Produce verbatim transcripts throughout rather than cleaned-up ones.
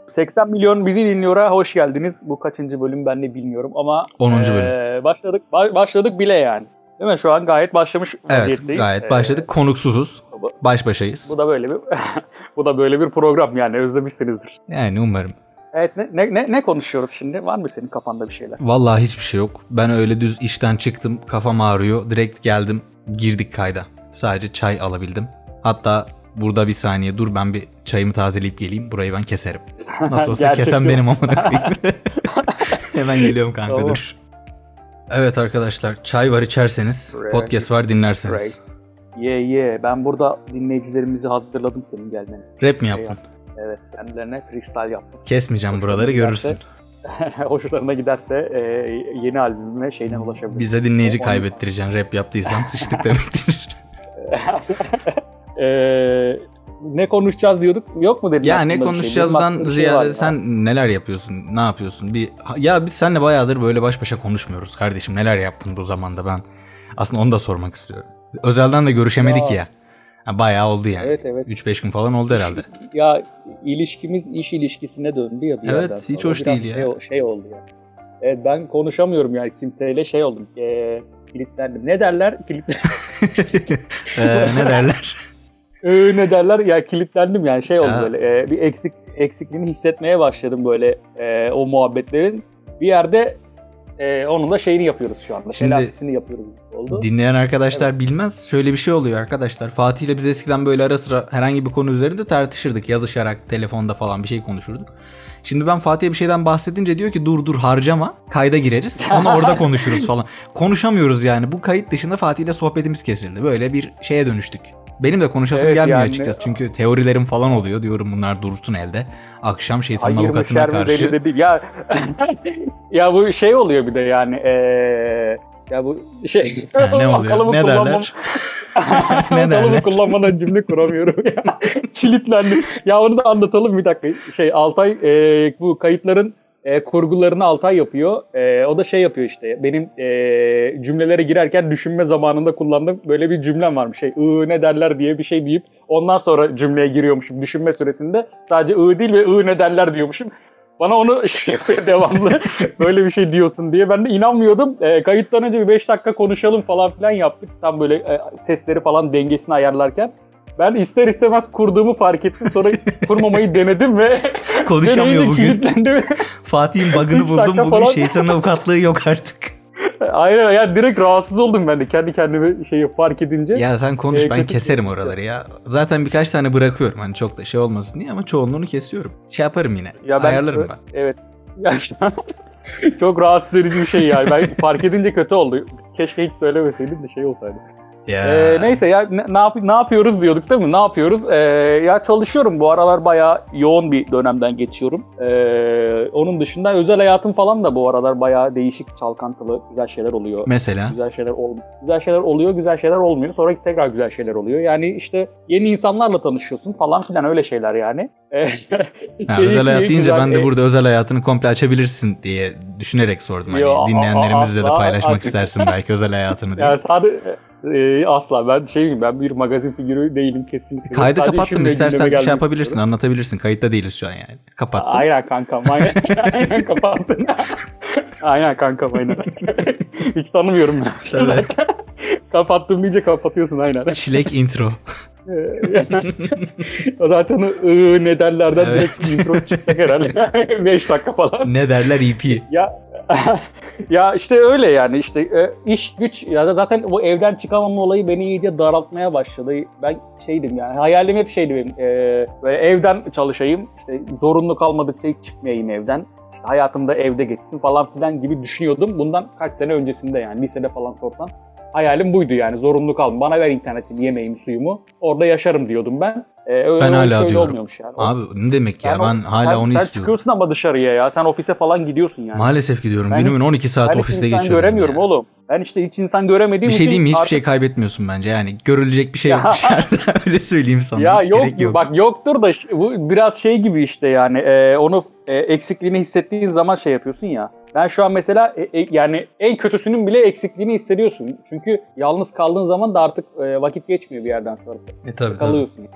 seksen milyon bizi dinliyor'a hoş geldiniz. Bu kaçıncı bölüm ben de bilmiyorum ama onuncu ee, bölüm. Başladık başladık bile yani. Değil mi? Şu an gayet başlamış vaziyetteyiz. Evet, gayet başladık. Ee, Konuksuzuz. Baş başayız. Bu da böyle bir bu da böyle bir program yani, özlemişsinizdir. Yani umarım. Evet, ne ne ne, ne konuşuyoruz şimdi? Var mı senin kafanda bir şeyler? Vallahi hiçbir şey yok. Ben öyle düz işten çıktım, kafam ağrıyor. Direkt geldim, girdik kayda. Sadece çay alabildim. Hatta burada bir saniye dur, ben bir çayımı tazeleyip geleyim. Burayı ben keserim. Nasıl olsa kesen benim, amına koyayım. Hemen geliyorum kanka, tamam. Dur. Evet arkadaşlar, çay var içerseniz, right. Podcast var dinlerseniz. Right. Ye yeah, ye yeah. Ben burada dinleyicilerimizi hazırladım senin gelmeni. Rap mi yaptın? Evet, kendilerine freestyle yaptım. Kesmeyeceğim hoşlarına buraları giderse, görürsün. Hoşlarına giderse e, yeni albümüme şeyden ulaşabilir. Bize dinleyici o, kaybettireceksin rap yaptıysan, sıçtık demektir. Eee... Ne konuşacağız diyorduk? Yok mu dedin? Ya ne konuşacağızdan şey. ziyade şey sen yani. Neler yapıyorsun? Ne yapıyorsun? Bir ya biz seninle bayağıdır böyle baş başa konuşmuyoruz kardeşim. Neler yaptın bu zamanda? Ben aslında onu da sormak istiyorum. Özelden de görüşemedik ya. ya. ya bayağı oldu yani. Evet evet. üç beş gün falan oldu herhalde. Ya ilişkimiz iş ilişkisine döndü ya bir evet, yerden. Evet, hiç hoş değil ya. Şey, şey oldu ya. Evet, ben konuşamıyorum yani kimseyle, şey oldum. Ee, kilitlendim. Ne derler? Kilitlendim. ee, ne derler? Ee, ne derler ya, kilitlendim yani, şey oldu ya. Böyle e, bir eksik eksikliğini hissetmeye başladım böyle e, o muhabbetlerin bir yerde e, onun da şeyini yapıyoruz şu anda, telafisini yapıyoruz oldu. Dinleyen arkadaşlar evet. Bilmez, şöyle bir şey oluyor arkadaşlar. Fatih ile biz eskiden böyle ara sıra herhangi bir konu üzerinde tartışırdık, yazışarak telefonda falan bir şey konuşurduk. Şimdi ben Fatih'e bir şeyden bahsedince diyor ki dur dur harcama, kayda gireriz onu orada konuşuruz falan. Konuşamıyoruz yani, bu kayıt dışında Fatih ile sohbetimiz kesildi, böyle bir şeye dönüştük. Benim de konuşasım evet, gelmiyor yani, açıkçası. Çünkü teorilerim falan oluyor. Diyorum bunlar dursun elde. Akşam şeytanın Hayır, avukatına karşı. Değil. Ya ya bu şey oluyor bir de yani. Ee, ya bu şey. Ha, ne oluyor? Ne derler? ne derler? Kullanmadan cümle kuramıyorum ya. Kilitlendim. Ya onu da anlatalım bir dakika. Şey Altay e, bu kayıtların E, kurgularını Altay yapıyor. E, o da şey yapıyor işte. Benim e, cümlelere girerken düşünme zamanında kullandığım böyle bir cümlem varmış. Şey, ıı ne derler diye bir şey deyip ondan sonra cümleye giriyormuşum düşünme süresinde. Sadece ıı değil ve ı ne derler diyormuşum. Bana onu şey yapıyor devamlı. Böyle bir şey diyorsun diye. Ben de inanmıyordum. E, kayıttan önce bir beş dakika konuşalım falan filan yaptık. Tam böyle e, sesleri falan dengesini ayarlarken. Ben ister istemez kurduğumu fark ettim. Sonra kurmamayı denedim ve konuşamıyor bugün. Fatih'in bug'ını buldum. Bugün falan. Şeytanın avukatlığı yok artık. Aynen ya, direkt rahatsız oldum ben de kendi kendime şeyi fark edince. Ya sen konuş ee, ben keserim oraları ya. Zaten birkaç tane bırakıyorum hani çok da şey olmasın diye, ama çoğunluğunu kesiyorum. Şey yaparım yine. Ya ben, ayarlarım ben. Evet. Ya, çok rahatsız edici bir şey yani. Ben fark edince kötü oldu. Keşke hiç söylemeseydim de şey olsaydı. Ee, neyse ya ne, ne, yap, ne yapıyoruz diyorduk değil mi? Ne yapıyoruz? Ee, ya çalışıyorum bu aralar, bayağı yoğun bir dönemden geçiyorum. Ee, onun dışında özel hayatım falan da bu aralar bayağı değişik, çalkantılı, güzel şeyler oluyor. Mesela? Güzel şeyler ol, güzel şeyler oluyor, güzel şeyler olmuyor. Sonra tekrar güzel şeyler oluyor. Yani işte yeni insanlarla tanışıyorsun falan filan, öyle şeyler yani. Ha, özel hayat deyince güzel, ben de burada özel hayatını komple açabilirsin diye düşünerek sordum. Hani yo, dinleyenlerimizle de paylaşmak artık istersin belki özel hayatını diye. Yani sadece e, asla ben şey ben bir magazin figürü değilim kesinlikle. Kaydı sadece kapattım, istersen bir şey yapabilirsin, istiyorum. Anlatabilirsin. Kayıtta değiliz şu an yani. Kapattım. Aynen kankam, aynen. Aynen kapattın. Aynen kankam, aynen. Hiç tanımıyorum ben. Evet. Kapattım deyince kapatıyorsun aynen. Çilek intro. Zaten ıı, ne derlerden evet. Direkt intro çıkacak herhalde. beş dakika falan. Ne derler E P. Ya ya işte öyle yani, işte iş güç ya da zaten bu evden çıkamama olayı beni iyice daraltmaya başladı. Ben şeydim yani, hayalim hep şeydi benim, e, böyle evden çalışayım, işte zorunlu kalmadıkça hiç çıkmayayım evden. İşte hayatımda evde geçsin falan filan gibi düşünüyordum. Bundan kaç sene öncesinde yani, lisede falan sorsan. Hayalim buydu yani, zorunlu kalma. Bana ver internetimi, yemeğimi, suyumu. Orada yaşarım diyordum ben. Ee, öyle, ben hala diyorum. Yani. Abi ne demek ya, ben, ben hala sen, onu sen istiyorum. Sen çıkıyorsun ama dışarıya ya. Sen ofise falan gidiyorsun yani. Maalesef gidiyorum. Ben günümün on iki saat ofiste geçiyorum. Ben göremiyorum ya. Oğlum. Ben işte hiç insan göremediğim için. Bir şey diyeyim mi? Hiçbir artık... şey kaybetmiyorsun bence. Yani görülecek bir şey yok dışarıda. Öyle söyleyeyim sana. Ya hiç yok, gerek yok. Bak yoktur da bu biraz şey gibi işte yani. E, onu e, eksikliğini hissettiğin zaman şey yapıyorsun ya. Ben şu an mesela e, e, yani en kötüsünün bile eksikliğini hissediyorsun. Çünkü yalnız kaldığın zaman da artık e, vakit geçmiyor bir yerden sonra. E tabii kalıyorsun. Bit, bitiyor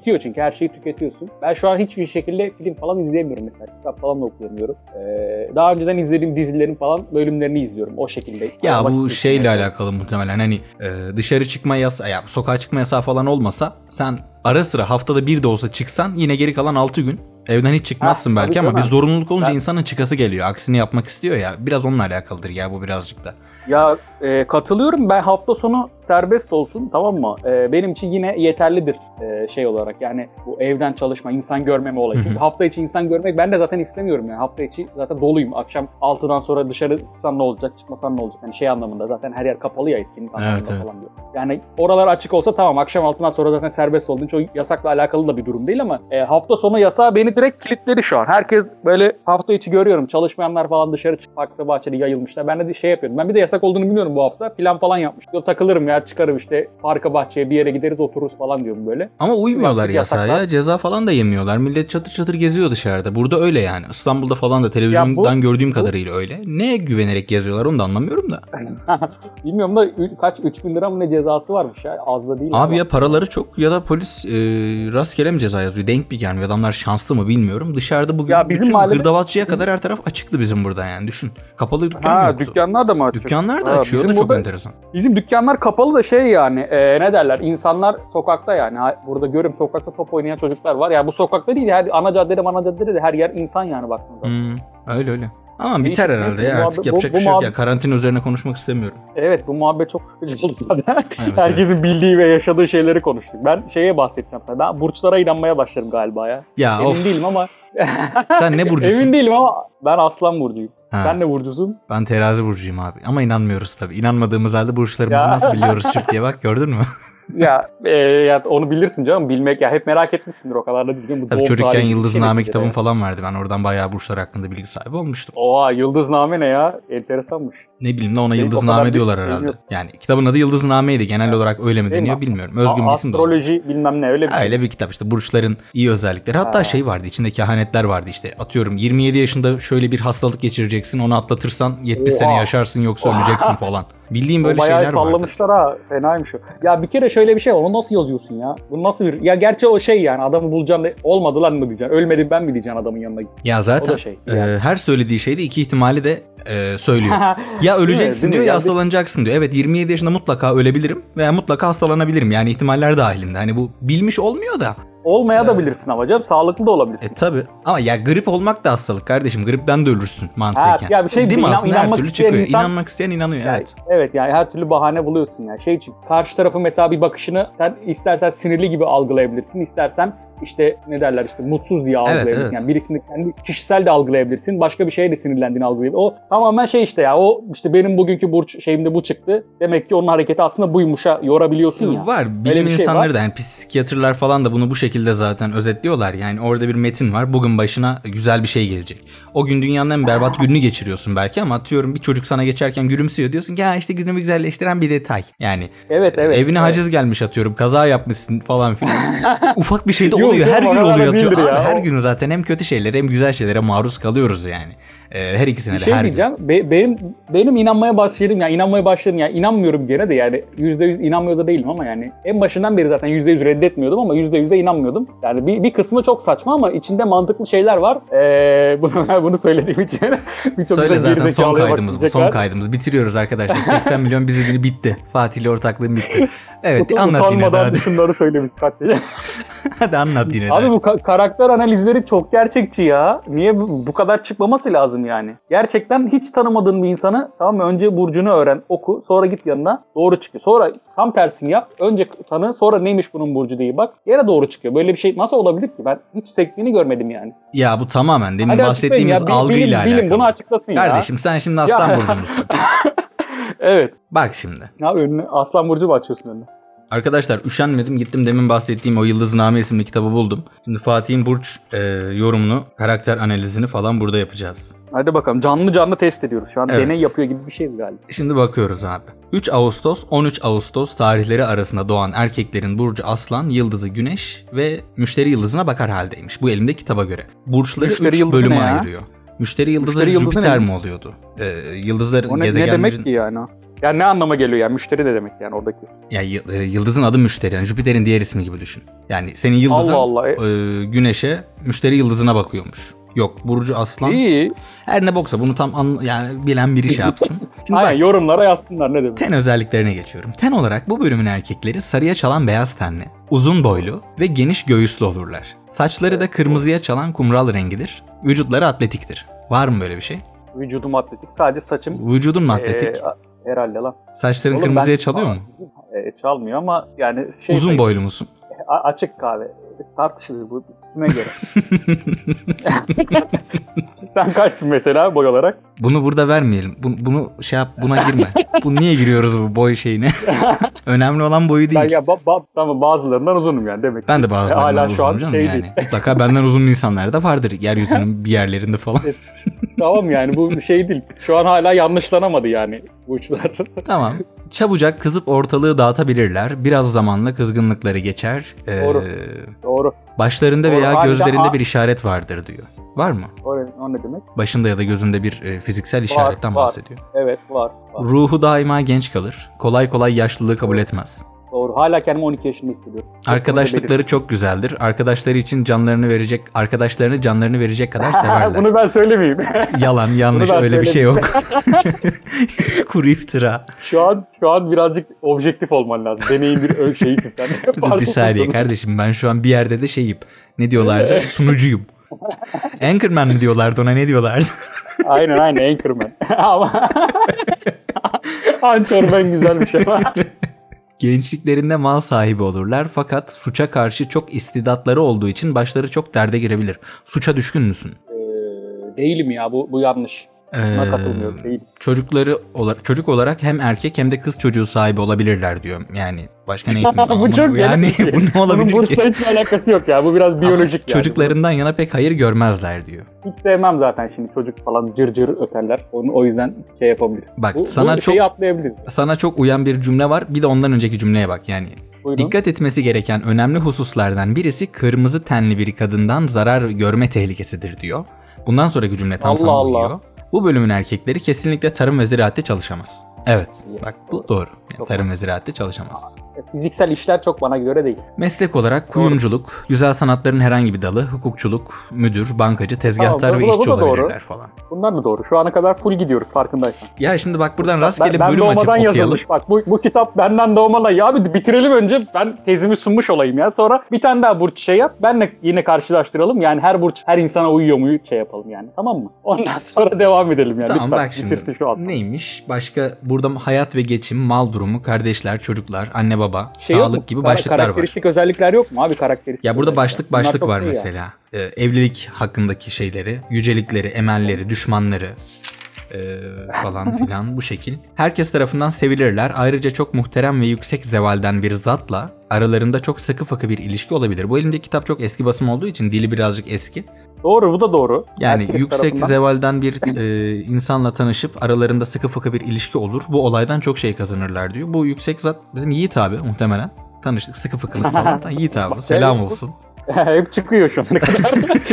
bitiyor çünkü her şeyi tüketiyorsun. Ben şu an hiçbir şekilde film falan izleyemiyorum mesela. Kitap falan da okuyamıyorum. Ee, daha önceden izlediğim dizilerin falan bölümlerini izliyorum o şekilde. Ya Ama bu şeyle alakalı muhtemelen hani e, dışarı çıkma yasağı, ya sokağa çıkma yasağı falan olmasa sen ara sıra haftada bir de olsa çıksan yine geri kalan altı gün evden hiç çıkmazsın Ha, belki tabii ama bir canım. zorunluluk olunca Ben- insanın çıkası geliyor. Aksini yapmak istiyor ya. Biraz onunla alakalıdır ya bu birazcık da. Ya e, katılıyorum. Ben hafta sonu serbest olsun, tamam mı? E, benim için yine yeterlidir e, şey olarak. Yani bu evden çalışma, insan görmeme olayı. Çünkü hafta içi insan görmek ben de zaten istemiyorum yani. Hafta içi zaten doluyum. Akşam altıdan sonra dışarı çıksan ne olacak, çıkmasan ne olacak? Yani şey anlamında zaten her yer kapalı ya, etkinlik anlamında Evet, evet. falan diyor. Yani oralar açık olsa tamam, akşam altıdan sonra zaten serbest olduğun çok yasakla alakalı da bir durum değil ama e, hafta sonu yasağı beni direkt kilitledi şu an. Herkes böyle hafta içi görüyorum. Çalışmayanlar falan dışarı çıkıp parkta, bahçede yayılmışlar. Ben de şey yapıyordum. Ben bir de yasak olduğunu bilmiyorum bu hafta. Plan falan yapmış. Diyor, takılırım ya, çıkarım işte parka, bahçeye bir yere gideriz, otururuz falan diyorum böyle. Ama uymuyorlar Baktık yasağa yasaklar. ya. Ceza falan da yemiyorlar. Millet çatır çatır geziyor dışarıda. Burada öyle yani. İstanbul'da falan da televizyondan bu- gördüğüm bu- kadarıyla öyle. Neye güvenerek geziyorlar onu da anlamıyorum da. Bilmiyorum da ü- kaç üç bin lira mı ne cezası varmış ya. Az da değil. Abi ama. ya paraları çok ya da polis e, rastgele mi ceza yazıyor? Denk mi gelmiyor? Adamlar şanslı mı bilmiyorum. Dışarıda bugün Ya bizim bütün mahallede- hırdavatçıya kadar her taraf açıktı bizim burada yani. Düşün. Kapalı dükkan Ha, yoktu. dükkanlar da mı açık? Dükkanlar da Ha, açıyor da bizim çok burada- enteresan. Bizim dükkanlar kapalı da şey yani e, ne derler, insanlar sokakta yani. Ha, burada görüyorum sokakta top oynayan çocuklar var. Ya bu sokakta değil, her ana caddede ana caddede de her yer insan yani baktığında. Hmm, öyle öyle. Ama Değişik, biter herhalde neyse, ya bu artık muhabbet- yapacak bu- bir şey yok bu ya. Karantina üzerine konuşmak istemiyorum. Evet, bu muhabbet çok sıkıcı oldu zaten. Evet, Herkesin bildiği ve yaşadığı şeyleri konuştuk. Ben şeye bahsedeceğim sana. Ben burçlara inanmaya başladım galiba ya. Ya Emin of. değilim ama. Sen ne burcusun? Emin değilim ama ben Aslan burcuyum. Ha. Sen ne burcusun? Ben terazi burcuyum abi. Ama inanmıyoruz tabii. İnanmadığımız halde burçlarımızı Ya. nasıl biliyoruz şıp diye bak gördün mü? ya, e, ya onu bilirsin canım, bilmek ya, hep merak etmişsindir o kadar da bilmiyorum. Bu Tabii doğum çocukken tarihi Yıldızname bir şey kitabım neticede ya. falan vardı. Ben oradan bayağı burçlar hakkında bilgi sahibi olmuştum. Oha, Yıldızname ne ya? Enteresanmış. Ne bileyim de ona Benim o Yıldızname kadar diyorlar bir şeyim herhalde. yok. Yani kitabın adı Yıldızname'ydi. Genel olarak öyle mi Değil deniyor mi? bilmiyorum. Özgün A- bir isim de olabilir. Astroloji bilmem ne öyle bir şey. Öyle bir kitap işte burçların iyi özellikleri. Hatta Ha. şey vardı içinde kehanetler vardı işte. Atıyorum yirmi yedi yaşında şöyle bir hastalık geçireceksin. Onu atlatırsan yetmiş Oha. sene yaşarsın yoksa öleceksin falan. Bildiğim böyle o bayağı şeyler vardı. sallamışlar ha. Fenaymış o. Ya bir kere şöyle bir şey var. Onu nasıl yazıyorsun ya? Bu nasıl bir... Ya gerçi o şey yani, adamı bulacaksın de olmadı lan mı diyeceksin. Ölmedim ben mi diyeceksin adamın yanına. Ya O zaten da şey, e, yani. her söylediği şeyde iki ihtimali de e, söylüyor. Ya Değil mi? öleceksin Değil mi? diyor ya Yani- hastalanacaksın diyor. Evet yirmi yedi yaşında mutlaka ölebilirim veya mutlaka hastalanabilirim. Yani ihtimaller dahilinde. Hani bu bilmiş olmuyor da. Olmaya da bilirsin ama canım. Sağlıklı da olabilirsin. E tabi. Ama ya grip olmak da hastalık kardeşim. Gripten de ölürsün mantıken. Ha, ya bir şey Değil mi inan- aslında her inanmak türlü isteyen çıkıyor. insan- İnanmak isteyen inanıyor Yani, evet. evet yani her türlü bahane buluyorsun yani. Şey için karşı tarafı mesela bir bakışını sen istersen sinirli gibi algılayabilirsin, istersen işte ne derler işte mutsuz diye algılayabilirsin. evet. Yani birisini kendi kişisel de algılayabilirsin. Başka bir şeye de sinirlendiğini algılayabilirsin. O tamamen şey işte ya, o işte benim bugünkü burç şeyimde bu çıktı. Demek ki onun hareketi aslında buymuşa yorabiliyorsun ya. Var. Öyle Bilim bir şey insanları var. da yani psikiyatrlar falan da bunu bu şekilde zaten özetliyorlar. Yani orada bir metin var. Bugün başına güzel bir şey gelecek. O gün dünyanın en berbat gününü geçiriyorsun belki ama atıyorum bir çocuk sana geçerken gülümsüyor diyorsun ki ya işte günümü güzelleştiren bir detay. Yani Evet evet. evine evet. haciz gelmiş atıyorum kaza yapmışsın falan filan. Ufak bir şey de Yok, oluyor. yok, Her o gün kadar da oluyor atıyor. değildir Abi ya. her O- gün zaten hem kötü şeylere hem güzel şeylere maruz kalıyoruz yani. Ee, her ikisine Bir de şey her gün. diyeceğim. Be- benim benim inanmaya başladım ya, inanmaya başladım ya, inanmıyorum gene de yani yüzde yüz inanmıyor da değilim ama yani en başından beri zaten yüzde yüz reddetmiyordum ama yüzde yüz de inanmıyordum. Yani bir, bir kısmı çok saçma ama içinde mantıklı şeyler var. Ee, bunu, bunu söylediğim için birçok Söyle insan zaten son gerizekalıya kaydımız bu. Son bakacaklar. kaydımız. Bitiriyoruz arkadaşlar. seksen milyon bizi dinli bitti. Fatih ile ortaklığım bitti. Evet Utan- anlat yine de utanmadan hadi. şunları söylemiş kardeşim. Hadi anlat yine de. Abi bu ka- karakter analizleri çok gerçekçi ya. Niye bu, bu kadar çıkmaması lazım yani? Gerçekten hiç tanımadığın bir insanı, tamam mı? Önce burcunu öğren, oku, sonra git yanına, doğru çıkıyor. Sonra tam tersini yap. Önce tanı, sonra neymiş bunun burcu diye bak. Yine doğru çıkıyor. Böyle bir şey nasıl olabilir ki? Ben hiç sektiğini görmedim yani. Ya bu tamamen demin Hadi bahsettiğimiz açıklayın ya. Bil- algıyla bilim, alakalı. bilim bunu açıklasın ya. Kardeşim sen şimdi aslan Ya. burcunusun. Evet. Bak şimdi. Ya önüne aslan burcu mu açıyorsun önüne? Arkadaşlar üşenmedim gittim demin bahsettiğim o Yıldızname isimli kitabı buldum. Şimdi Fatih'in burç e, yorumunu, karakter analizini falan burada yapacağız. Hadi bakalım. Canlı canlı test ediyoruz. Şu an Evet. deney yapıyor gibi bir şey galiba. Şimdi bakıyoruz abi. üç Ağustos on üç Ağustos tarihleri arasında doğan erkeklerin burcu Aslan, yıldızı Güneş ve müşteri yıldızına bakar haldeymiş. Bu elimde kitaba göre. Burçları Müşteri üç yıldızı bölüme ne ya? ayırıyor. Müşteri yıldızı Müşteri yıldızı Jüpiter ne? mi oluyordu? Ee, yıldızların, O ne, ne gezegenlerin... demek ki yani? Yani ne anlama geliyor yani? Müşteri ne demek yani oradaki? Ya y- e, yıldızın adı müşteri. Yani Jüpiter'in diğer ismi gibi düşün. Yani senin yıldızın Allah Allah. e, güneşe, müşteri yıldızına bakıyormuş. Yok, burcu aslan. İyi. Her ne boksa bunu tam an, yani bilen biri şey yapsın. Şimdi Aynen, bak, yorumlara yazsınlar ne demek. ten özelliklerine geçiyorum. Ten olarak bu bölümün erkekleri sarıya çalan beyaz tenli, uzun boylu ve geniş göğüslü olurlar. Saçları da kırmızıya çalan kumral rengidir. Vücutları atletiktir. Var mı böyle bir şey? Vücudum atletik. Sadece saçım Vücudun mu atletik? Ee, herhalde lan. Saçların Oğlum kırmızıya ben- çalıyor mu? E, çalmıyor ama yani şey Uzun sayılır. boylu musun? A- açık kahve. Tartışılır bu kime göre. Sen kaçsın mesela boy olarak? Bunu burada vermeyelim. Bunu, bunu şey yap, buna girme. Bu niye giriyoruz bu boy şeyine? Önemli olan boyu Ben değil. ya ba- ba- tamam, bazılarından uzunum yani demek ki. Ben de bazılarından Hala şu an uzunum canım şey yani. değil. Mutlaka benden uzun insanlar da vardır yeryüzünün bir yerlerinde falan. Tamam yani bu şey değil. Şu an hala yanlışlanamadı yani bu uçlar. Tamam. Çabucak kızıp ortalığı dağıtabilirler. Biraz zamanla kızgınlıkları geçer. Ee, Doğru. Doğru. Başlarında Doğru. veya Harbiden- gözlerinde Aa. bir işaret vardır diyor. Var mı? O, o ne demek? Başında ya da gözünde bir e, fiziksel işaretten var. bahsediyor. Evet var. var. Ruhu daima genç kalır. Kolay kolay yaşlılığı kabul etmez. Doğru. Hala kendimi on iki yaşında hissediyorum. Arkadaşlıkları çok güzeldir. Arkadaşları için canlarını verecek, arkadaşlarını canlarını verecek kadar severler. Bunu ben söylemeyeyim. Yalan, yanlış, Bunu ben öyle bir şey yok. Kuru iftira. Şu an şu an birazcık objektif olman lazım. Deneyim bir öl şeysin sen. Dur bir saniye kardeşim, ben şu an bir yerde de şeyim. Ne diyorlardı? Sunucuyum. Anchorman mı diyorlardı ona, ne diyorlardı? Aynen aynen Anchorman. Ama Anchorman güzel bir şey var. Gençliklerinde mal sahibi olurlar fakat suça karşı çok istidatları olduğu için başları çok derde girebilir. Suça düşkün müsün? Ee, değilim ya, bu bu yanlış. Buna Ee, katılmıyorum, değilim. Çocukları olarak, çocuk olarak hem erkek hem de kız çocuğu sahibi olabilirler diyor. Yani başka ne eğitim? Bu çok yani yanlış. bu ne Bunun olabilir ki? bursla hiçbir alakası yok ya. Bu biraz biyolojik yani. Çocuklarından yana pek hayır görmezler diyor. Hiç sevmem zaten şimdi çocuk falan cır cır öterler. Onu o yüzden şey yapabiliriz. Bak, bu, sana bu çok- şeyi atlayabiliriz. Sana çok uyan bir cümle var. Bir de ondan önceki cümleye bak yani. Buyurun. Dikkat etmesi gereken önemli hususlardan birisi kırmızı tenli bir kadından zarar görme tehlikesidir diyor. Bundan sonraki cümle tam Allah sana Allah. uyuyor. Bu bölümün erkekleri kesinlikle tarım ve ziraatte çalışamaz. Evet. Yes, Bak bu doğru. doğru. Yani Çok tarım ve ziraatte çalışamaz. Fiziksel işler çok bana göre değil. Meslek olarak kuyumculuk, güzel sanatların herhangi bir dalı, hukukçuluk, müdür, bankacı, tezgahtar Tamam, ve bu da- bu işçi da doğru. olabilirler falan. Bunlar mı doğru? Şu ana kadar full gidiyoruz farkındaysan. Ya şimdi bak buradan Ben, rastgele ben bölüm açıp doğmadan okuyalım. yazılmış. Bak bu, bu kitap benden doğmadan. Ya abi bitirelim önce. Ben tezimi sunmuş olayım ya. Sonra bir tane daha burç şey yap. Benle yine karşılaştıralım. Yani her burç her insana uyuyor mu şey yapalım yani. Tamam mı? Ondan sonra devam edelim yani. Tamam Lütfen, bak şimdi bitirsin şu aslında. neymiş? Başka burada hayat ve geçim, mal durumu, kardeşler, çocuklar, anne baba, Şey yok mu? sağlık gibi Kar- başlıklar var. Karakteristik özellikler yok mu abi, karakteristik? Ya burada özellikler. başlık Bunlar başlık çok var iyi ya. mesela. Ee, evlilik hakkındaki şeyleri, yücelikleri, emelleri, düşmanları ee, falan filan bu şekil. Herkes tarafından sevilirler. Ayrıca çok muhterem ve yüksek zevalden bir zatla aralarında çok sıkı fıkı bir ilişki olabilir. Bu elimdeki kitap çok eski basım olduğu için dili birazcık eski. Doğru, bu da doğru. Yani Herkes yüksek tarafından. zevalden bir e, insanla tanışıp aralarında sıkı fıkı bir ilişki olur. Bu olaydan çok şey kazanırlar diyor. Bu yüksek zat bizim Yiğit abi muhtemelen. Tanıştık, sıkı fıkılık falan. Yiğit abi selam olsun. Hep çıkıyor şu ana kadar.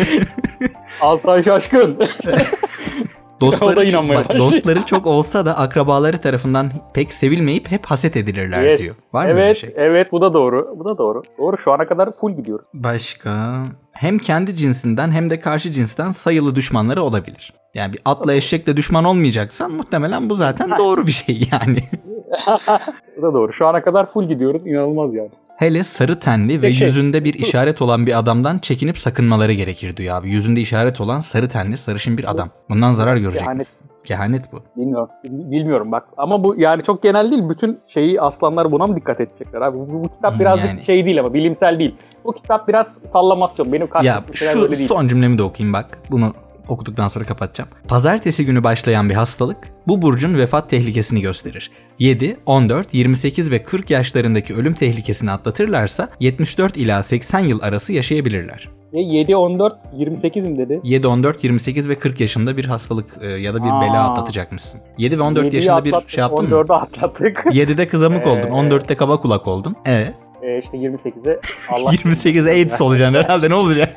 Altay Şaşkın. O da Dostları çok, inanmaya bak, başlıyor. dostları çok olsa da akrabaları tarafından pek sevilmeyip hep haset edilirler Yes. diyor. Var mı böyle bir Evet, şey? evet bu da doğru. Bu da doğru. Doğru, şu ana kadar full gidiyoruz. Başka hem kendi cinsinden hem de karşı cinsten sayılı düşmanları olabilir. Yani bir atla eşekle düşman olmayacaksan muhtemelen bu zaten doğru bir şey yani. Bu da doğru. Şu ana kadar full gidiyoruz. İnanılmaz yani. Hele sarı tenli ve Peki. yüzünde bir işaret olan bir adamdan çekinip sakınmaları gerekir diyor abi. Yüzünde işaret olan sarı tenli sarışın bir adam. Bundan zarar görecek Kehanet. misin? Kehanet bu. Bilmiyorum. Bilmiyorum bak. Ama bu yani çok genel değil. Bütün şeyi aslanlar buna mı dikkat edecekler abi? Bu, bu kitap Hmm, birazcık yani. şey değil ama bilimsel değil. Bu kitap biraz sallamasyon. Benim Ya karşımda şeyler şu öyle değil. son cümlemi de okuyayım bak. Bunu okuduktan sonra kapatacağım. Pazartesi günü başlayan bir hastalık bu burcun vefat tehlikesini gösterir. yedi, on dört, yirmi sekiz ve kırk yaşlarındaki ölüm tehlikesini atlatırlarsa yetmiş dört ila seksen yıl arası yaşayabilirler. E, yedi, on dört, yirmi sekiz mi dedi? yedi, on dört, yirmi sekiz ve kırk yaşında bir hastalık e, ya da bir Aa. bela atlatacakmışsın. yedi ve on dört yediyi yaşında bir atlattık, şey yaptın on mı? dördü atlattık. yedide kızamık oldun, Ee. on dörtte kaba kulak oldun. E e, işte yirmi sekize Allah yirmi sekize AIDS olacaksın herhalde, ne olacak?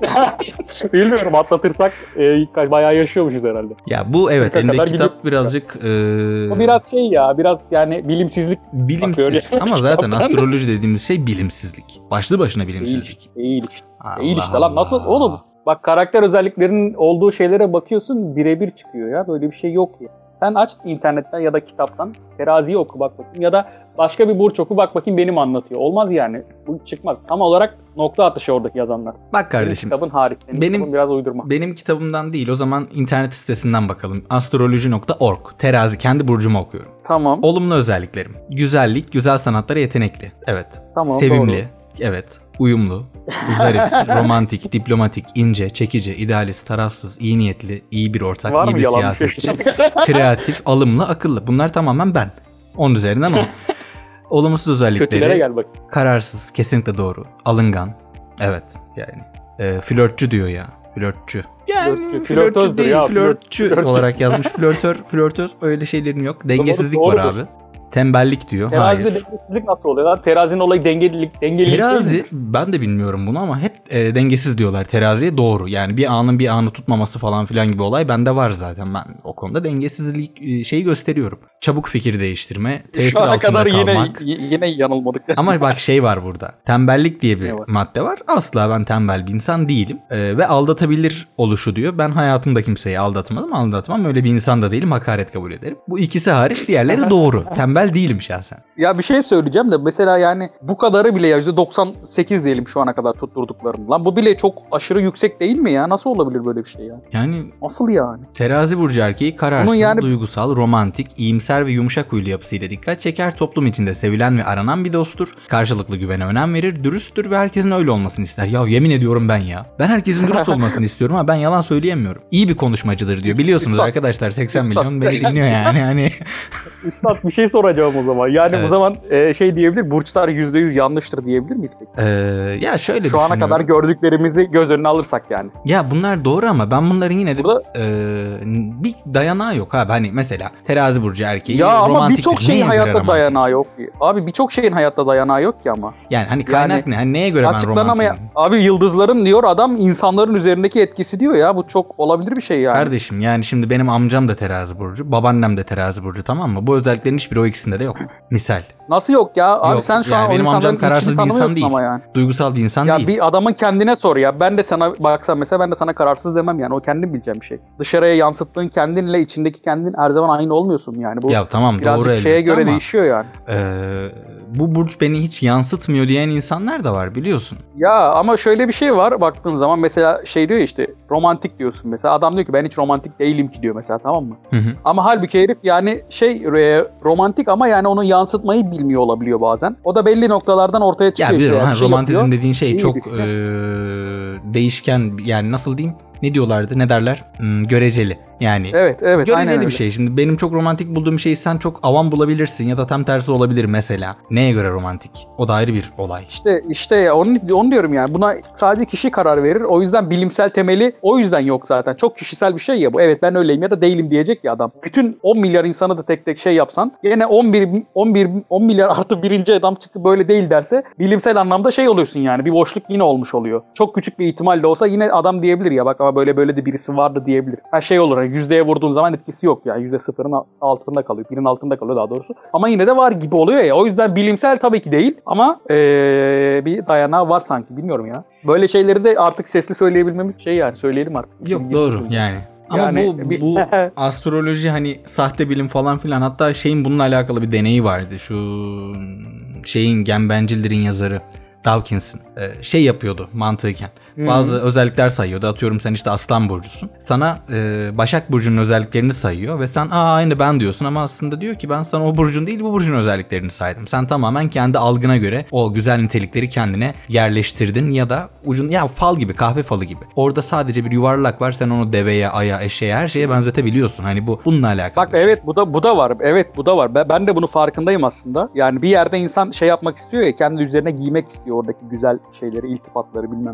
bilmiyorum, atlatırsak e, bayağı yaşıyormuşuz herhalde. Ya bu evet, Kırka elindeki kadar kitap gidiyor. birazcık e, O biraz şey ya, biraz yani bilimsizlik bilimsiz bakıyor ama zaten astroloji dediğimiz şey bilimsizlik. Başlı başına değil, bilimsizlik. değil işte. Allah Değil işte lan, nasıl Allah. oğlum? Bak, karakter özelliklerinin olduğu şeylere bakıyorsun, birebir çıkıyor ya. Böyle bir şey yok ya. Sen aç internetten ya da kitaptan teraziyi oku bak bakayım, ya da başka bir burç oku bak bakayım, benim anlatıyor. Olmaz yani. Bu çıkmaz. Tam olarak nokta atışı oradaki yazanlar. Bak kardeşim. Benim kitabın hariç. Benim, Benim- kitabım biraz uydurma. Benim kitabımdan değil, o zaman internet sitesinden bakalım. astroloji nokta org. Terazi, kendi burcumu okuyorum. Tamam. Olumlu özelliklerim. Güzellik, güzel sanatlara yetenekli. Evet. Tamam, Sevimli. doğru. Evet. Uyumlu. Zarif, romantik, diplomatik, ince, çekici, idealist, tarafsız, iyi niyetli, iyi bir ortak, Var iyi mı bir yalan bir şey? siyasetçi, kreatif, alımlı, akıllı. Bunlar tamamen ben. on üzerinden on. Olumsuz özellikleri. Kötülere gel bak. Kararsız, kesinlikle doğru. Alıngan. Evet yani. E, flörtçü diyor ya. Flörtçü. Yani Flörtçü, flörtçü flörtözdür değil, ya, flörtçü flört- olarak yazmış. Flörtör, flörtöz, öyle şeylerim yok. Dengesizlik Doğru, var doğrudur. abi. Tembellik diyor. Terazide Hayır. dengesizlik nasıl oluyor lan? Terazinin olayı dengelilik. dengelilik değil Terazi, mi? ben de bilmiyorum bunu ama hep e, dengesiz diyorlar teraziye, doğru. Yani bir anın bir anı tutmaması falan filan gibi olay bende var zaten. Ben o konuda dengesizlik e, şeyi gösteriyorum. Çabuk fikir değiştirme, tesir Şu ana altında kadar yine kalmak. y- yine yanılmadık. Ama bak şey var burada. Tembellik diye bir Ne var? madde var. Asla ben tembel bir insan değilim. Ee, ve aldatabilir oluşu diyor. Ben hayatımda kimseyi aldatmadım, aldatmam. Öyle bir insan da değilim. Hakaret kabul ederim. Bu ikisi hariç diğerleri doğru. Tembel değilim şahsen. Ya bir şey söyleyeceğim de, mesela yani bu kadarı bile ya, yüzde doksan sekiz diyelim şu ana kadar tutturduklarım. Lan bu bile çok aşırı yüksek değil mi ya? Nasıl olabilir böyle bir şey ya? Yani Nasıl yani? terazi burcu erkeği kararsız, Bunun yani- duygusal, romantik, iyimser ve yumuşak huylu yapısıyla dikkat çeker. Toplum içinde sevilen ve aranan bir dosttur. Karşılıklı güvene önem verir. Dürüsttür ve herkesin öyle olmasını ister. Ya yemin ediyorum ben ya. Ben herkesin dürüst olmasını istiyorum ama ben yalan söyleyemiyorum. İyi bir konuşmacıdır diyor. Biliyorsunuz Üstad. arkadaşlar, seksen Üstad. milyon beni dinliyor yani. Hani Üstad, bir şey soracağım o zaman. Yani Evet. o zaman e, şey diyebilir, burçlar yüzde yüz yanlıştır diyebilir miyiz peki? Ee, ya şöyle Şu ana düşünüyorum. kadar gördüklerimizi göz önüne alırsak yani. Ya bunlar doğru ama ben bunların yine de Burada- e, bir dayanağı yok abi. Hani mesela terazi burcu erkeği Ya ama romantiktir. birçok şeyin Neye göre hayatta romantik? dayanağı yok ki. Abi birçok şeyin hayatta dayanağı yok ki ama. Yani hani kaynak Yani ne? Hani neye göre ben Açıklanamayan. romantiyim? Abi yıldızların diyor adam, insanların üzerindeki etkisi diyor ya. Bu çok olabilir bir şey yani. Kardeşim yani şimdi benim amcam da terazi burcu, babaannem de terazi burcu, tamam mı? Bu özelliklerin hiçbiri o ikisinde de yok. Misal. Nasıl yok ya? Abi Yok, sen şu yani an o benim amcam insanların kararsız içini bir insan tanımıyorsun değil. ama yani. Duygusal bir insan Ya değil. bir adamın kendine sor ya. Ben de sana baksam mesela, ben de sana kararsız demem yani. O kendin bileceğin bir şey. Dışarıya yansıttığın kendinle içindeki kendin her zaman aynı olmuyorsun yani. Bu Ya tamam, birazcık doğru şeye elbette göre ama değişiyor yani. e, bu burç beni hiç yansıtmıyor diyen insanlar da var, biliyorsun. Ya ama şöyle bir şey var baktığın zaman, mesela şey diyor ya, işte romantik diyorsun mesela. Adam diyor ki ben hiç romantik değilim ki diyor mesela, tamam mı? Hı hı. Ama halbuki herif yani şey e, romantik ama yani onu yansıtmayı bilmiyor olabiliyor bazen. O da belli noktalardan ortaya Ya çıkıyor. biliyorum, işte. ha, Bir şey romantizm yapıyor. dediğin şey İyi çok bir e, değişken, yani nasıl diyeyim? Ne diyorlardı? Ne derler? Hmm, göreceli. Yani Evet evet. aynen göreceli öyle. bir şey. Şimdi benim çok romantik bulduğum şeyi sen çok avam bulabilirsin ya da tam tersi olabilir mesela. Neye göre romantik? O da ayrı bir olay. İşte işte ya, onu, onu diyorum yani. Buna sadece kişi karar verir. O yüzden bilimsel temeli o yüzden yok zaten. Çok kişisel bir şey ya bu. Evet ben öyleyim ya da değilim diyecek ya adam. Bütün on milyar insanı da tek tek şey yapsan, yine on bir on bir on milyar artı birinci adam çıktı böyle değil derse, bilimsel anlamda şey oluyorsun yani. Bir boşluk yine olmuş oluyor. Çok küçük bir ihtimal de olsa yine adam diyebilir ya, bak ama böyle böyle de birisi vardı diyebilir. Ha şey olur, hani yüzdeye vurduğun zaman etkisi yok yani. Yüzde sıfırın altında kalıyor. Birin altında kalıyor daha doğrusu. Ama yine de var gibi oluyor ya. O yüzden bilimsel tabii ki değil ama ee, bir dayanağı var sanki. Bilmiyorum ya. Böyle şeyleri de artık sesli söyleyebilmemiz şey yani. Söyleyelim artık. Yok, doğru yani. Ama Yani bu, bir- bu astroloji hani sahte bilim falan filan, hatta şeyin bununla alakalı bir deneyi vardı. Şu şeyin, Gen Bencildir'in yazarı Dawkins'in e, şey yapıyordu mantıken. Hmm. Bazı özellikler sayıyordu. Atıyorum sen işte Aslan burcusun. Sana e, Başak burcunun özelliklerini sayıyor ve sen aa aynı ben diyorsun ama aslında diyor ki ben sana o burcun değil bu burcun özelliklerini saydım. Sen tamamen kendi algına göre o güzel nitelikleri kendine yerleştirdin ya da ucun, ya fal gibi, kahve falı gibi. Orada sadece bir yuvarlak var, sen onu deveye, aya, eşeğe, her şeye benzetebiliyorsun. Hani bu bununla alakalı. Bak bir şey. evet bu da bu da var. Evet bu da var. Ben, ben de bunu farkındayım aslında. Yani bir yerde insan şey yapmak istiyor ya, kendi üzerine giymek istiyor oradaki güzel şeyleri, iltifatları, bilmem neleri.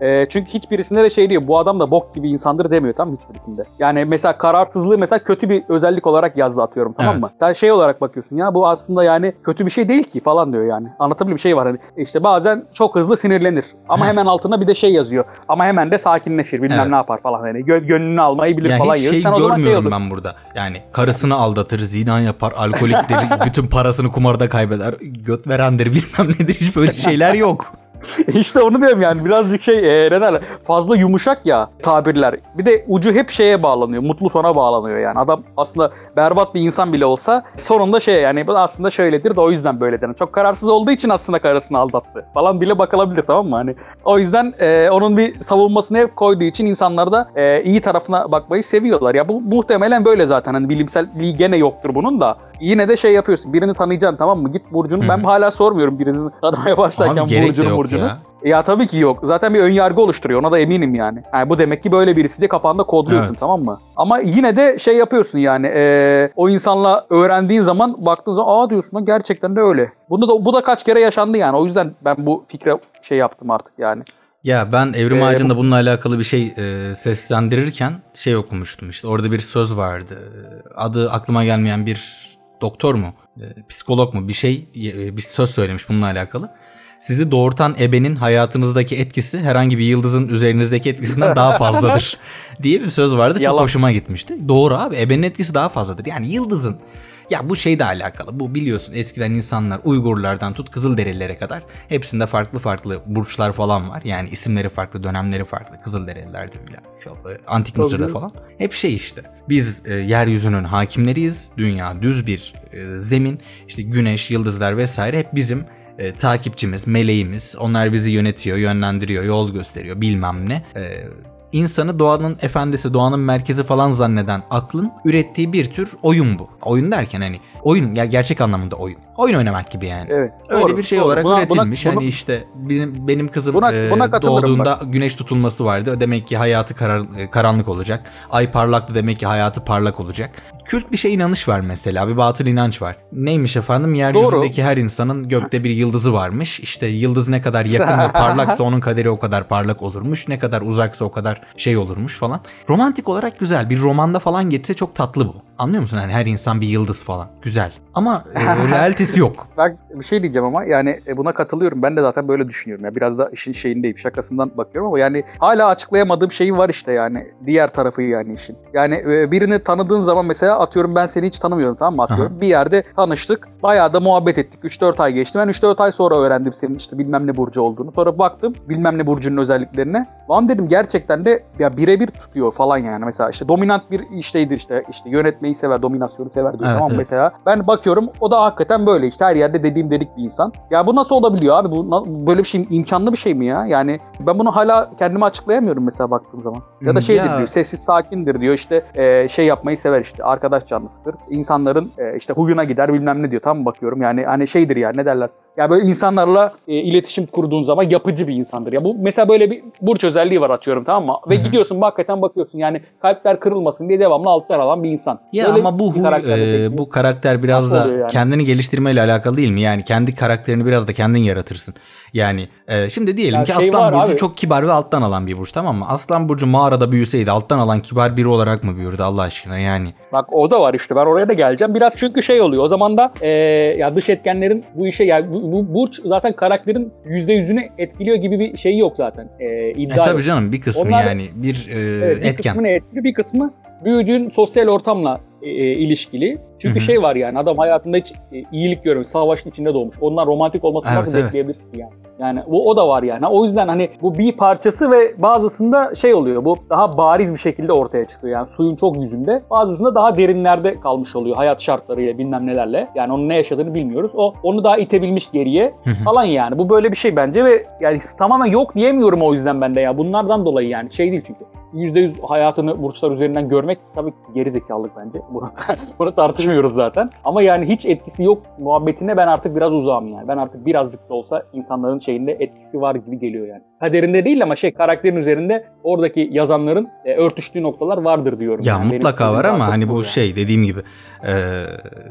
E, çünkü hiçbirisinde de şey diyor, bu adam da bok gibi insandır demiyor, tamam mı, hiçbirisinde. Yani mesela kararsızlığı mesela kötü bir özellik olarak yazdı atıyorum, tamam Evet. mı? Sen şey olarak bakıyorsun ya, bu aslında yani kötü bir şey değil ki falan diyor yani. Anlatabiliyor bir şey var hani, işte bazen çok hızlı sinirlenir ama hemen altına bir de şey yazıyor. Ama hemen de sakinleşir, bilmem Evet. ne yapar falan yani. Gö- gönlünü almayı bilir Ya falan. hiç yazıyor. şey Sen o zaman görmüyorum şey ben burada. Yani karısını aldatır, zina yapar, alkoliktir, bütün parasını kumarda kaybeder, göt verendir, bilmem nedir, hiç böyle şeyler yok. İşte onu diyorum yani, birazcık şey e, ne derler, fazla yumuşak ya tabirler. Bir de ucu hep şeye bağlanıyor, mutlu sona bağlanıyor yani. Adam aslında berbat bir insan bile olsa sonunda şey yani, bu aslında şöyledir de o yüzden böyledir. Çok kararsız olduğu için aslında karısını aldattı falan bile bakılabilir, tamam mı? Hani o yüzden e, onun bir savunmasını hep koyduğu için insanlar da e, iyi tarafına bakmayı seviyorlar. Ya bu muhtemelen böyle zaten, hani bilimselliği gene yoktur bunun da. Yine de şey yapıyorsun, birini tanıyacaksın, tamam mı? Git burcunu. Hı. Ben hala sormuyorum birini tanımaya başlarken Abi gerek de burcunu yok burcunu. ya. Ya tabii ki yok. Zaten bir ön yargı oluşturuyor. Ona da eminim yani. Yani bu demek ki böyle birisi diye kafanda kodluyorsun, Evet. tamam mı? Ama yine de şey yapıyorsun yani. E, o insanla öğrendiğin zaman baktığın zaman aa diyorsun lan, gerçekten de öyle. Bunu da bu da kaç kere yaşandı yani. O yüzden ben bu fikre şey yaptım artık yani. Ya ben Evrim Ee, Ağacı'nda bununla alakalı bir şey e, seslendirirken şey okumuştum işte. Orada bir söz vardı. Adı aklıma gelmeyen bir doktor mu? E, psikolog mu? Bir şey e, bir söz söylemiş bununla alakalı. Sizi doğurtan ebenin hayatınızdaki etkisi herhangi bir yıldızın üzerinizdeki etkisinden daha fazladır diye bir söz vardı. Çok Yalan. hoşuma gitmişti. Doğru abi, ebenin etkisi daha fazladır. Yani yıldızın, ya bu şeyle alakalı. Bu biliyorsun, eskiden insanlar Uygurlardan tut Kızılderililere kadar hepsinde farklı farklı burçlar falan var. Yani isimleri farklı, dönemleri farklı. Kızılderililerde bile, Antik Mısır'da falan. Hep şey işte. Biz e, yeryüzünün hakimleriyiz. Dünya düz bir e, zemin. İşte güneş, yıldızlar vesaire hep bizim e, takipçimiz, meleğimiz. Onlar bizi yönetiyor, yönlendiriyor, yol gösteriyor, bilmem ne. E, İnsanı doğanın efendisi, doğanın merkezi falan zanneden aklın ürettiği bir tür oyun bu. Oyun derken hani oyun, ya gerçek anlamında oyun. Oyun oynamak gibi yani. Evet. Öyle Doğru, bir şey doğru. olarak Buna- üretilmiş. buna- hani bunu- işte benim benim kızım Buna- e, buna katılırım doğduğunda güneş tutulması vardı. Demek ki hayatı karar- e, karanlık olacak. Ay parlaktı, demek ki hayatı parlak olacak. Kült bir şey, inanış var mesela. Bir batıl inanç var. Neymiş efendim? Yeryüzündeki her insanın gökte bir yıldızı varmış. İşte yıldız ne kadar yakın ve parlaksa onun kaderi o kadar parlak olurmuş. Ne kadar uzaksa o kadar şey olurmuş falan. Romantik olarak güzel. Bir romanda falan geçse çok tatlı bu. Anlıyor musun? Hani her insan bir yıldız falan. Güzel. Ama e, realitesi yok. Ben bir şey diyeceğim ama yani e, buna katılıyorum. Ben de zaten böyle düşünüyorum. Ya biraz da işin şeyindeyim, şakasından bakıyorum ama yani hala açıklayamadığım şey var işte yani. Diğer tarafı yani işin. Yani e, birini tanıdığın zaman mesela atıyorum, ben seni hiç tanımıyorum, tamam mı, atıyorum. Aha. Bir yerde tanıştık. Bayağı da muhabbet ettik. üç dört ay geçti. Ben üç dört ay sonra öğrendim senin işte bilmem ne burcu olduğunu. Sonra baktım bilmem ne burcunun özelliklerine. Lan dedim, gerçekten de ya birebir tutuyor falan yani. Mesela işte dominant bir işteydir işte. işte yönetmeyi sever, dominasyonu sever diyor. Evet, Tamam evet. mesela. Ben bakıyorum o da hakikaten böyle işte, her yerde dediğim dedik bir insan. Ya bu nasıl olabiliyor abi? Bu na- böyle bir şey imkanlı bir şey mi ya? Yani ben bunu hala kendime açıklayamıyorum mesela baktığım zaman. Ya da şeydir Ya- diyor, sessiz sakindir diyor, işte e, şey yapmayı sever, işte arkadaş canlısıdır. İnsanların e, işte huyuna gider bilmem ne diyor. Tam bakıyorum yani, hani şeydir ya, ne derler? Ya böyle insanlarla e, iletişim kurduğun zaman yapıcı bir insandır. Ya bu mesela böyle bir burç özelliği var atıyorum, tamam mı? Ve Hı hı. gidiyorsun hakikaten bakıyorsun yani, kalpler kırılmasın diye devamlı alttan alan bir insan. Ya Böyle ama bu bir huy, karakterde e, pek- bu karakter biraz Nasıl da oluyor yani? kendini geliştirmeyle alakalı değil mi? Yani kendi karakterini biraz da kendin yaratırsın. Yani e, şimdi diyelim Ya ki şey Aslan var Burcu abi. çok kibar ve alttan alan bir burç, tamam mı? Aslan Burcu mağarada büyüseydi alttan alan kibar biri olarak mı büyürdü Allah aşkına yani? Bak o da var işte, ben oraya da geleceğim. Biraz çünkü şey oluyor o zaman da e, ya dış etkenlerin bu işe, yani bu, bu burç zaten karakterin yüzde yüzünü etkiliyor gibi bir şey yok zaten. E, iddia E tabii yok. canım, bir kısmı Onlar- yani bir e, Evet, bir etken. kısmını etkili, bir kısmı büyüdüğün sosyal ortamla e, e, ilişkili. Çünkü Hı hı. şey var yani, adam hayatında hiç e, iyilik görmemiş, savaşın içinde doğmuş. Ondan romantik olmasını Evet, nasıl evet. bekleyebilirsin ki yani? Yani o, o da var yani. O yüzden hani bu bir parçası ve bazısında şey oluyor, bu daha bariz bir şekilde ortaya çıkıyor. Yani suyun çok yüzünde, bazısında daha derinlerde kalmış oluyor hayat şartlarıyla bilmem nelerle. Yani onun ne yaşadığını bilmiyoruz. O onu daha itebilmiş geriye Hı hı. falan yani. Bu böyle bir şey bence ve yani tamamen yok diyemiyorum o yüzden ben de ya. Bunlardan dolayı yani, şey değil çünkü. yüzde yüz hayatını burçlar üzerinden görmek tabii ki geri zekalılık bence. Bunu, bunu tartışmıyoruz zaten. Ama yani hiç etkisi yok muhabbetine ben artık biraz uzağım yani. Ben artık birazcık da olsa insanların şeyinde etkisi var gibi geliyor yani. Kaderinde değil ama şey, karakterin üzerinde oradaki yazanların e, örtüştüğü noktalar vardır diyorum. Ya yani. Benim mutlaka gözümde var ama artık hani bu yani. şey dediğim gibi e,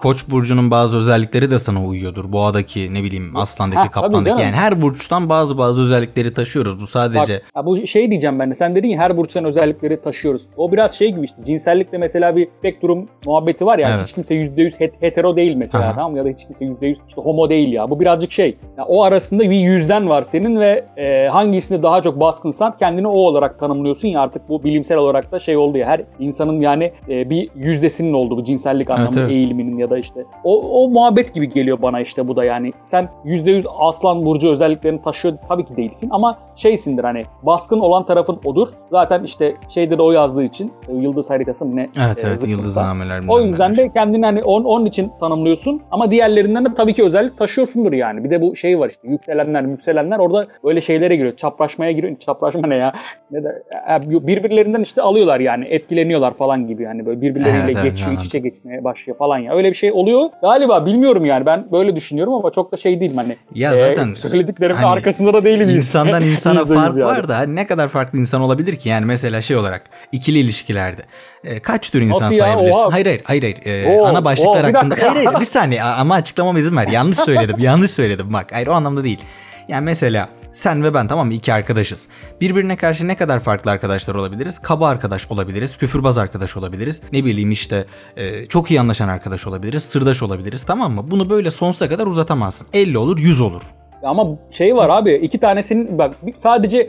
Koç burcunun bazı özellikleri de sana uyuyordur. Boğadaki, ne bileyim, Aslan'daki, Ha, tabii Kaplan'daki, canım. yani her burçtan bazı bazı özellikleri taşıyoruz. Bu sadece Bak, ha, bu şey diyeceğim ben de. Sen dedin ya her burçtan özellikleri taşıyoruz. O biraz şey gibi işte. Cinsellikte mesela bir spektrum muhabbeti var ya. Evet. Hiç kimse yüzde yüz het- hetero değil mesela. Aha. Tamam mı? Ya da hiç kimse yüzde yüz işte homo değil ya. Bu birazcık şey. Ya o arasında bir yüzden var senin ve e, hangisinde daha çok baskınsan kendini o olarak tanımlıyorsun ya, artık bu bilimsel olarak da şey oldu ya. Her insanın yani e, bir yüzdesinin olduğu bu cinsellik anlamında evet. eğiliminin ya da işte o, o muhabbet gibi geliyor bana işte bu da yani. Sen yüzde yüz Aslan burcu özelliklerini taşıyor tabii ki değilsin ama şeysindir hani, baskın olan tarafın odur. Zaten işte şeyde de o yazdığı için yıldız haritası mı ne? evet e, evet zıtlıkta. yıldıznameler. O yüzden de kendini hani on, onun için tanımlıyorsun ama diğerlerinden de tabii ki özellik taşıyorsundur yani. Bir de bu şey var işte, yükselenler yükselenler orada öyle şeylere giriyor. Çapraşmaya giriyor. Çapraşma ne ya? Ne de, birbirlerinden işte alıyorlar yani, etkileniyorlar falan gibi yani, böyle birbirleriyle Evet, evet, geçiyor, anladım. iç içe geçmeye başlıyor falan ya. Öyle bir şey oluyor. Galiba bilmiyorum yani, ben böyle düşünüyorum ama çok da şey değilim hani. Ya e, zaten söylediklerimin hani arkasında da değilim. İnsandan insana Yüzde yüz fark yani. var da hani ne kadar farklı insan olabilir ki? Yani mesela şey olarak ikili ilişkilerde e, kaç tür insan Nasıl ya? sayabilirsin? Oha. Hayır hayır hayır hayır. E, Oo, ana başlıklar oo, bir hakkında. dakika. Hayır hayır bir saniye ama açıklamama izin ver. Yanlış söyledim. yanlış söyledim bak. Hayır, o anlamda değil. Yani mesela sen ve ben, tamam mı, iki arkadaşız. Birbirine karşı ne kadar farklı arkadaşlar olabiliriz? Kaba arkadaş olabiliriz, küfürbaz arkadaş olabiliriz. Ne bileyim işte e, çok iyi anlaşan arkadaş olabiliriz, sırdaş olabiliriz, tamam mı? Bunu böyle sonsuza kadar uzatamazsın. elli olur, yüz olur. Ama şey var abi, iki tanesinin bak sadece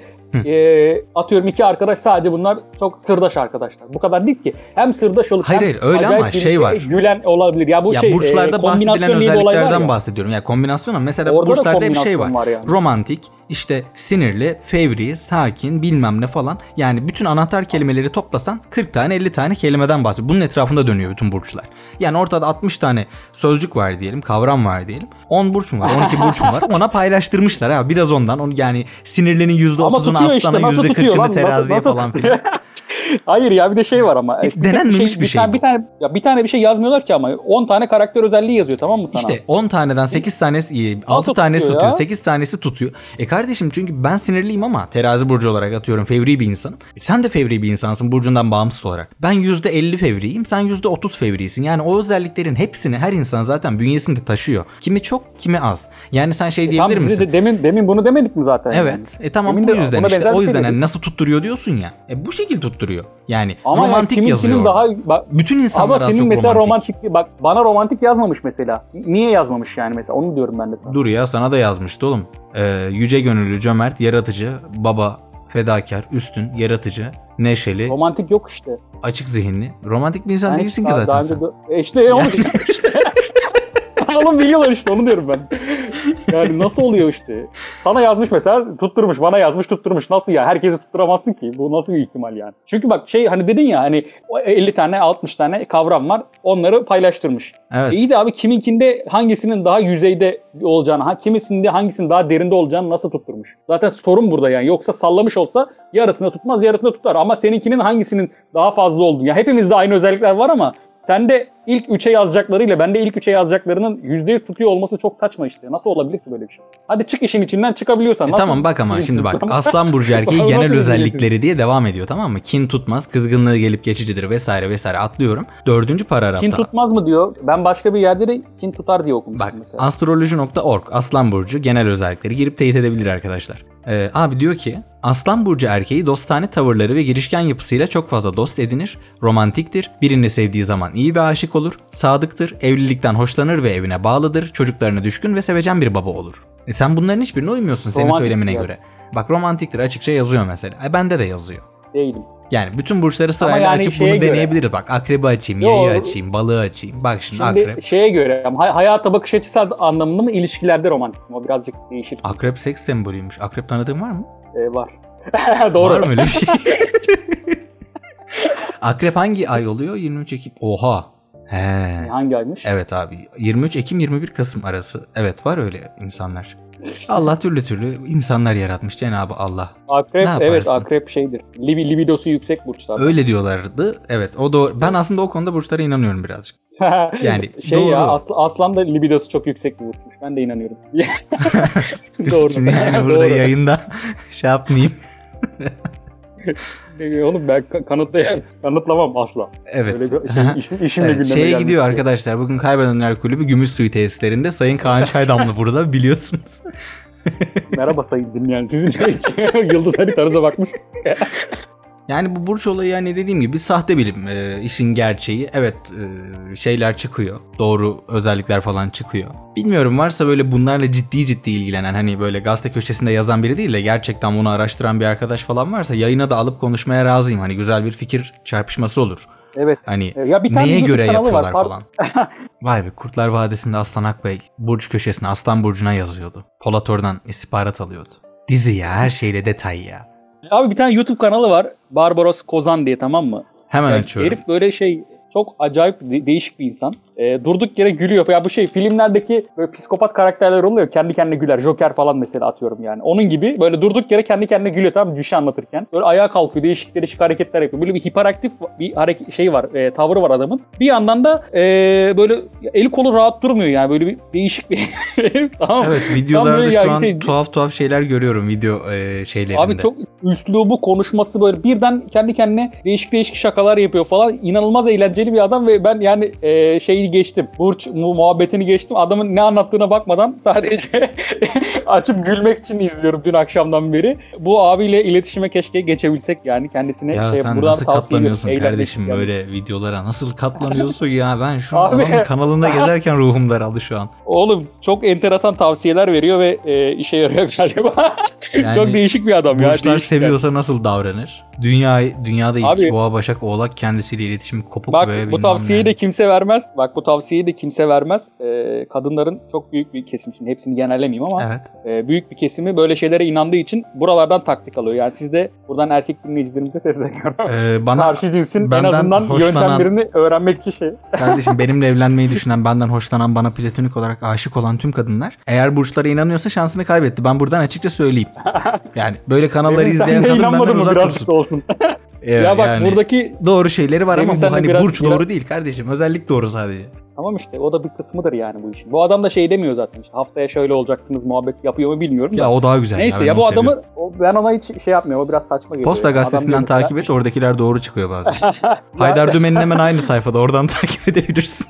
e, atıyorum iki arkadaş, sadece bunlar çok sırdaş arkadaşlar. Bu kadar değil ki. Hem sırdaş olup Hayır, hem hayır, öyle acayip ama bir şey var. gülen olabilir. Ya bu Ya şey burçlarda e, bahsedilen kombinasyon diye bir olay var özelliklerden ya. bahsediyorum. Ya kombinasyon ama mesela Orada da burçlarda bir şey var. kombinasyon var yani. Romantik, işte sinirli, fevri, sakin, bilmem ne falan. Yani bütün anahtar kelimeleri toplasan kırk tane elli tane kelimeden bahsediyor. Bunun etrafında dönüyor bütün burçlar. Yani ortada altmış tane sözcük var diyelim, kavram var diyelim. on burç mu var, on iki burç mu var? Ona paylaştırmışlar ha, biraz ondan. Onu yani sinirlinin yüzde otuzunu Ama tutuyor işte, aslana, nasıl yüzde tutuyor lan? kırkını teraziye Nasıl- nasıl falan tutuyor? filan. Hayır ya, bir de şey var ama. Hiç Bir denenmemiş bir şey tane, bu. bir tane ya bir tane bir şey yazmıyorlar ki ama on tane karakter özelliği yazıyor, tamam mı sana? İşte on taneden sekiz tanesi, altı tutuyor tanesi ya? tutuyor, sekiz tanesi tutuyor. E kardeşim, çünkü ben sinirliyim ama terazi burcu olarak atıyorum fevri bir insanım. E sen de fevri bir insansın burcundan bağımsız olarak. Ben yüzde elli fevriyim, sen yüzde otuz fevrisin. Yani o özelliklerin hepsini her insan zaten bünyesinde taşıyor. Kimi çok, kimi az. Yani sen şey diyebilir Tam misin? de, demin demin bunu demedik mi zaten? Evet. yani? E tamam, Demin bu de yüzden buna işte. benzer O bir şey yüzden dedik. hani nasıl tutturuyor diyorsun ya. E bu şekilde tutturuyor. Yani Ama romantik yani kimin, yazıyor kimin orada. daha bak, Bütün insanlar ama az senin çok mesela romantik. romantik. Bak bana romantik yazmamış mesela. Niye yazmamış yani mesela, onu diyorum ben de sana. Dur ya, sana da yazmıştı oğlum. Ee, yüce gönüllü, cömert, yaratıcı, baba, fedakar, üstün, yaratıcı, neşeli, Romantik yok işte. açık zihinli. Romantik bir insan Yani değilsin ki daha- zaten daha sen. önce de- E işte onu işte. Oğlum biliyorlar işte, onu diyorum ben. Yani nasıl oluyor işte. Sana yazmış mesela, tutturmuş, bana yazmış tutturmuş. Nasıl ya? Herkesi tutturamazsın ki. Bu nasıl bir ihtimal yani? Çünkü bak şey, hani dedin ya hani elli tane altmış tane kavram var. Onları paylaştırmış. Evet. E iyi de abi, kiminkinde hangisinin daha yüzeyde olacağını, ha, kimisinde hangisinin daha derinde olacağını nasıl tutturmuş? Zaten sorun burada yani. Yoksa sallamış olsa yarısını tutmaz, yarısını tutar. Ama seninkinin hangisinin daha fazla olduğunu. Ya hepimizde aynı özellikler var ama sende ilk üçe yazacaklarıyla bende ilk üçe yazacaklarının yüzde yüz tutuyor olması çok saçma işte. Nasıl olabilir ki böyle bir şey? Hadi çık işin içinden, çıkabiliyorsan. E Nasıl tamam bak ama şimdi bak, Aslan burcu erkeği Nasıl genel bir özellikleri diye devam ediyor, tamam mı? Kin tutmaz, kızgınlığı gelip geçicidir vesaire vesaire, atlıyorum. Dördüncü paragrafta. kin tutmaz mı diyor. Ben başka bir yerde de kin tutar diye okumuştum Bak, mesela. astroloji nokta org Aslan burcu genel özellikleri girip teyit edebilir arkadaşlar. Ee, abi diyor ki Aslan burcu erkeği dostane tavırları ve girişken yapısıyla çok fazla dost edinir, romantiktir, birini sevdiği zaman iyi bir aşık olur, sadıktır, evlilikten hoşlanır ve evine bağlıdır, çocuklarına düşkün ve sevecen bir baba olur. E sen bunların hiçbirine uymuyorsun senin Romantik söylemine ya. göre. Bak, romantiktir açıkça yazıyor mesela. E bende de yazıyor. Değilim. Yani bütün burçları sırayla yani açıp şeye bunu göre- deneyebiliriz. Bak, akrebi açayım, Yo, yayı açayım, balığı açayım. Bak şimdi, Şimdi akrep. şeye göre yani hay- hayata bakış açısı anlamında mı, ilişkilerde romantik mi? O birazcık değişir. Akrep seks sembolüymüş. Akrep tanıdığın var mı? Ee, var. Doğru. Var mı öyle bir şey? Akrep hangi ay oluyor? yirmi üç Ekim. Oha. He. Hangi aymış? Evet abi. yirmi üç Ekim yirmi bir Kasım arası. Evet, var öyle insanlar. Allah türlü türlü insanlar yaratmış Cenab-ı Allah. Akrep, Ne evet, yaparsın? akrep şeydir. Libi, libidosu yüksek burçlar. Öyle diyorlardı. Evet, o doğru. Ben aslında o konuda burçlara inanıyorum birazcık. Yani şey doğru. ya, asl, aslan da libidosu çok yüksek bir burçmuş. Ben de inanıyorum. Doğru. Şimdi yani burada Doğru. yayında şey yapmayayım. Ne, oğlum ben ka- kanıtlayamam. Kanıtlamam asla. Evet. Öyle bir şey, işim, işimle Evet, gündeme şeye gelmiş. gidiyor arkadaşlar. Bugün Kaybedenler Kulübü Gümüşsuyu tesislerinde Sayın Kaan Çaydamlı burada biliyorsunuz. Merhaba sayın dinleyen. Sizin şey, yıldız haritanıza bakmış. Yani bu burç olayı yani dediğim gibi sahte bilim. E, işin gerçeği. Evet e, şeyler çıkıyor. Doğru özellikler falan çıkıyor. Bilmiyorum varsa böyle bunlarla ciddi ciddi ilgilenen hani böyle gazete köşesinde yazan biri değil de gerçekten bunu araştıran bir arkadaş falan varsa yayına da alıp konuşmaya razıyım. Hani güzel bir fikir çarpışması olur. Evet. Hani Ya bir tane neye YouTube göre kanalı yapıyorlar var, falan. Vay be Kurtlar Vadisi'nde Aslan Akbey burç köşesine Aslan Burcu'na yazıyordu. Polat oradan istihbarat alıyordu. Dizi ya her şeyle detay ya. Abi bir tane YouTube kanalı var. Barbaros Kozan diye, tamam mı? Hemen Yani açıyorum. herif böyle şey çok acayip de- değişik bir insan. E, durduk yere gülüyor. Ya bu şey filmlerdeki böyle psikopat karakterler oluyor. Kendi kendine güler. Joker falan mesela atıyorum yani. Onun gibi böyle durduk yere kendi kendine gülüyor, tamam mı? Düşü anlatırken. Böyle ayağa kalkıyor. Değişik değişik hareketler yapıyor. Böyle bir hiperaktif bir hareket şey var. E, tavrı var adamın. Bir yandan da e, böyle eli kolu rahat durmuyor yani. Böyle bir değişik bir tamam mı? Evet Tam videolarda böyle şu yani an şey- tuhaf tuhaf şeyler görüyorum video e, şeylerinde. Abi çok üslubu, konuşması böyle birden kendi kendine değişik değişik şakalar yapıyor falan. İnanılmaz eğlenceli bir adam ve ben yani e, şeyi geçtim. Burç mu, muhabbetini geçtim. Adamın ne anlattığına bakmadan sadece açıp gülmek için izliyorum dün akşamdan beri. Bu abiyle iletişime keşke geçebilsek yani kendisine Ya şey sen buradan nasıl tavsiye katlanıyorsun ediyorum. kardeşim Eğlenmek böyle videolara? Nasıl katlanıyorsun ya? Ben şu an Abi- adamın kanalında gezerken ruhum daraldı şu an. Oğlum çok enteresan tavsiyeler veriyor ve e, işe yarıyor galiba. Yani çok değişik bir adam ya. Burçlar değişik seviyorsa nasıl davranır? Dünya dünyada ilk Abi- boğa, başak, oğlak kendisiyle iletişim kopuk Bak ve bu bilmem tavsiyeyi ne. de kimse vermez. Bak bu tavsiyeyi de kimse vermez. Ee, kadınların çok büyük bir kesim, şimdi hepsini genellemeyeyim ama Evet. e, büyük bir kesimi böyle şeylere inandığı için buralardan taktik alıyor. Yani siz de buradan erkek dinleyicilerimize sesleniyorum. Ee, bana Karşı cinsin en benden azından hoşlanan- yöntemlerini öğrenmek için şey. kardeşim benimle evlenmeyi düşünen, benden hoşlanan, bana platonik olarak aşık olan tüm kadınlar eğer burçlara inanıyorsa şansını kaybetti. Ben buradan açıkça söyleyeyim. Yani böyle kanalları Benim izleyen seninle kadın benden inanmadın mı uzak birazcık dursun. olsun. Evet, ya bak yani buradaki doğru şeyleri var Benim ama bu seninle hani biraz- burç biraz- doğru değil kardeşim. Özellik doğru sadece. tamam işte o da bir kısmıdır yani bu işin. Bu adam da şey demiyor zaten işte haftaya şöyle olacaksınız muhabbet yapıyor mu bilmiyorum da. Ya o daha güzel. Neyse ben ya onu bu seviyorum. adamı o- ben ona hiç şey yapmıyorum. O biraz saçma geliyor. Posta Yani. Adam gazetesinden diyor mesela- takip et oradakiler doğru çıkıyor bazen. Ya- Haydar Dümen'in hemen aynı sayfada oradan takip edebilirsin.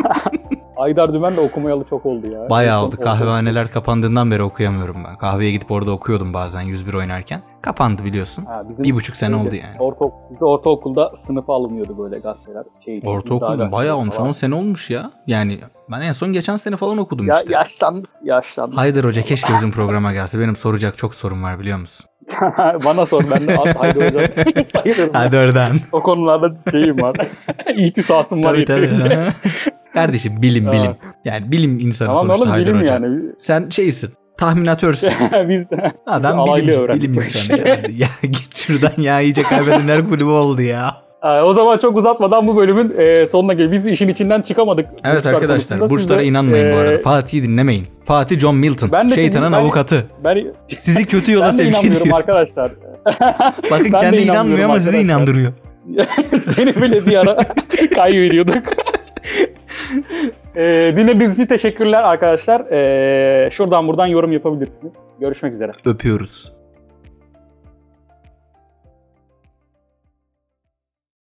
Haydar Dümen de okumayalı çok oldu ya. Bayağı Çok oldu. oldu. Kahvehaneler kapandığından beri okuyamıyorum ben. Kahveye gidip orada okuyordum bazen yüz bir oynarken. Kapandı biliyorsun. Ha, bizim Bir buçuk sene şeyde, oldu yani. Orta, bize ortaokulda sınıfa alınıyordu böyle gazeteler. Şey, imza Ortaokulda gazeteleri bayağı olmuş. falan. on sene olmuş ya. Yani ben en son geçen sene falan okudum Ya, işte. yaşlandık, yaşlandık. Haydar Hoca keşke bizim programa gelse. Benim soracak çok sorum var biliyor musun? Bana sor, ben de Haydar Hocam sayılırım. Hadi oradan. O konularda şeyim var. İhtisasım var. Tabii tabii. yeterince. Aha. Kardeşim bilim bilim. Yani bilim insanı Tamam sonuçta oğlum Haydar bilim Hoca. yani. Sen şeysin. Tahminatörsün. Biz Adam alaylı bilim, öğrendik bilim bu insanı. işi. Ya. ya git şuradan ya iyice kaybedenler kulübü oldu ya. Ee, O zaman çok uzatmadan bu bölümün e, sonuna gel. Biz işin içinden çıkamadık. Evet burçlar arkadaşlar konusunda. Siz burçlara de, inanmayın bu e, arada. Fatih'i dinlemeyin. Fatih John Milton. Ben de Şeytanın ben- avukatı. Ben, Sizi kötü yola ben de sevk inanmıyorum ediyor. arkadaşlar. Bakın Ben de kendi inanmıyor inanmıyorum ama sizi arkadaşlar. inandırıyor. Seni bile bir ara kaybediyorduk. ee, dinlediğiniz için teşekkürler arkadaşlar. Ee, şuradan buradan yorum yapabilirsiniz. Görüşmek üzere. Öpüyoruz.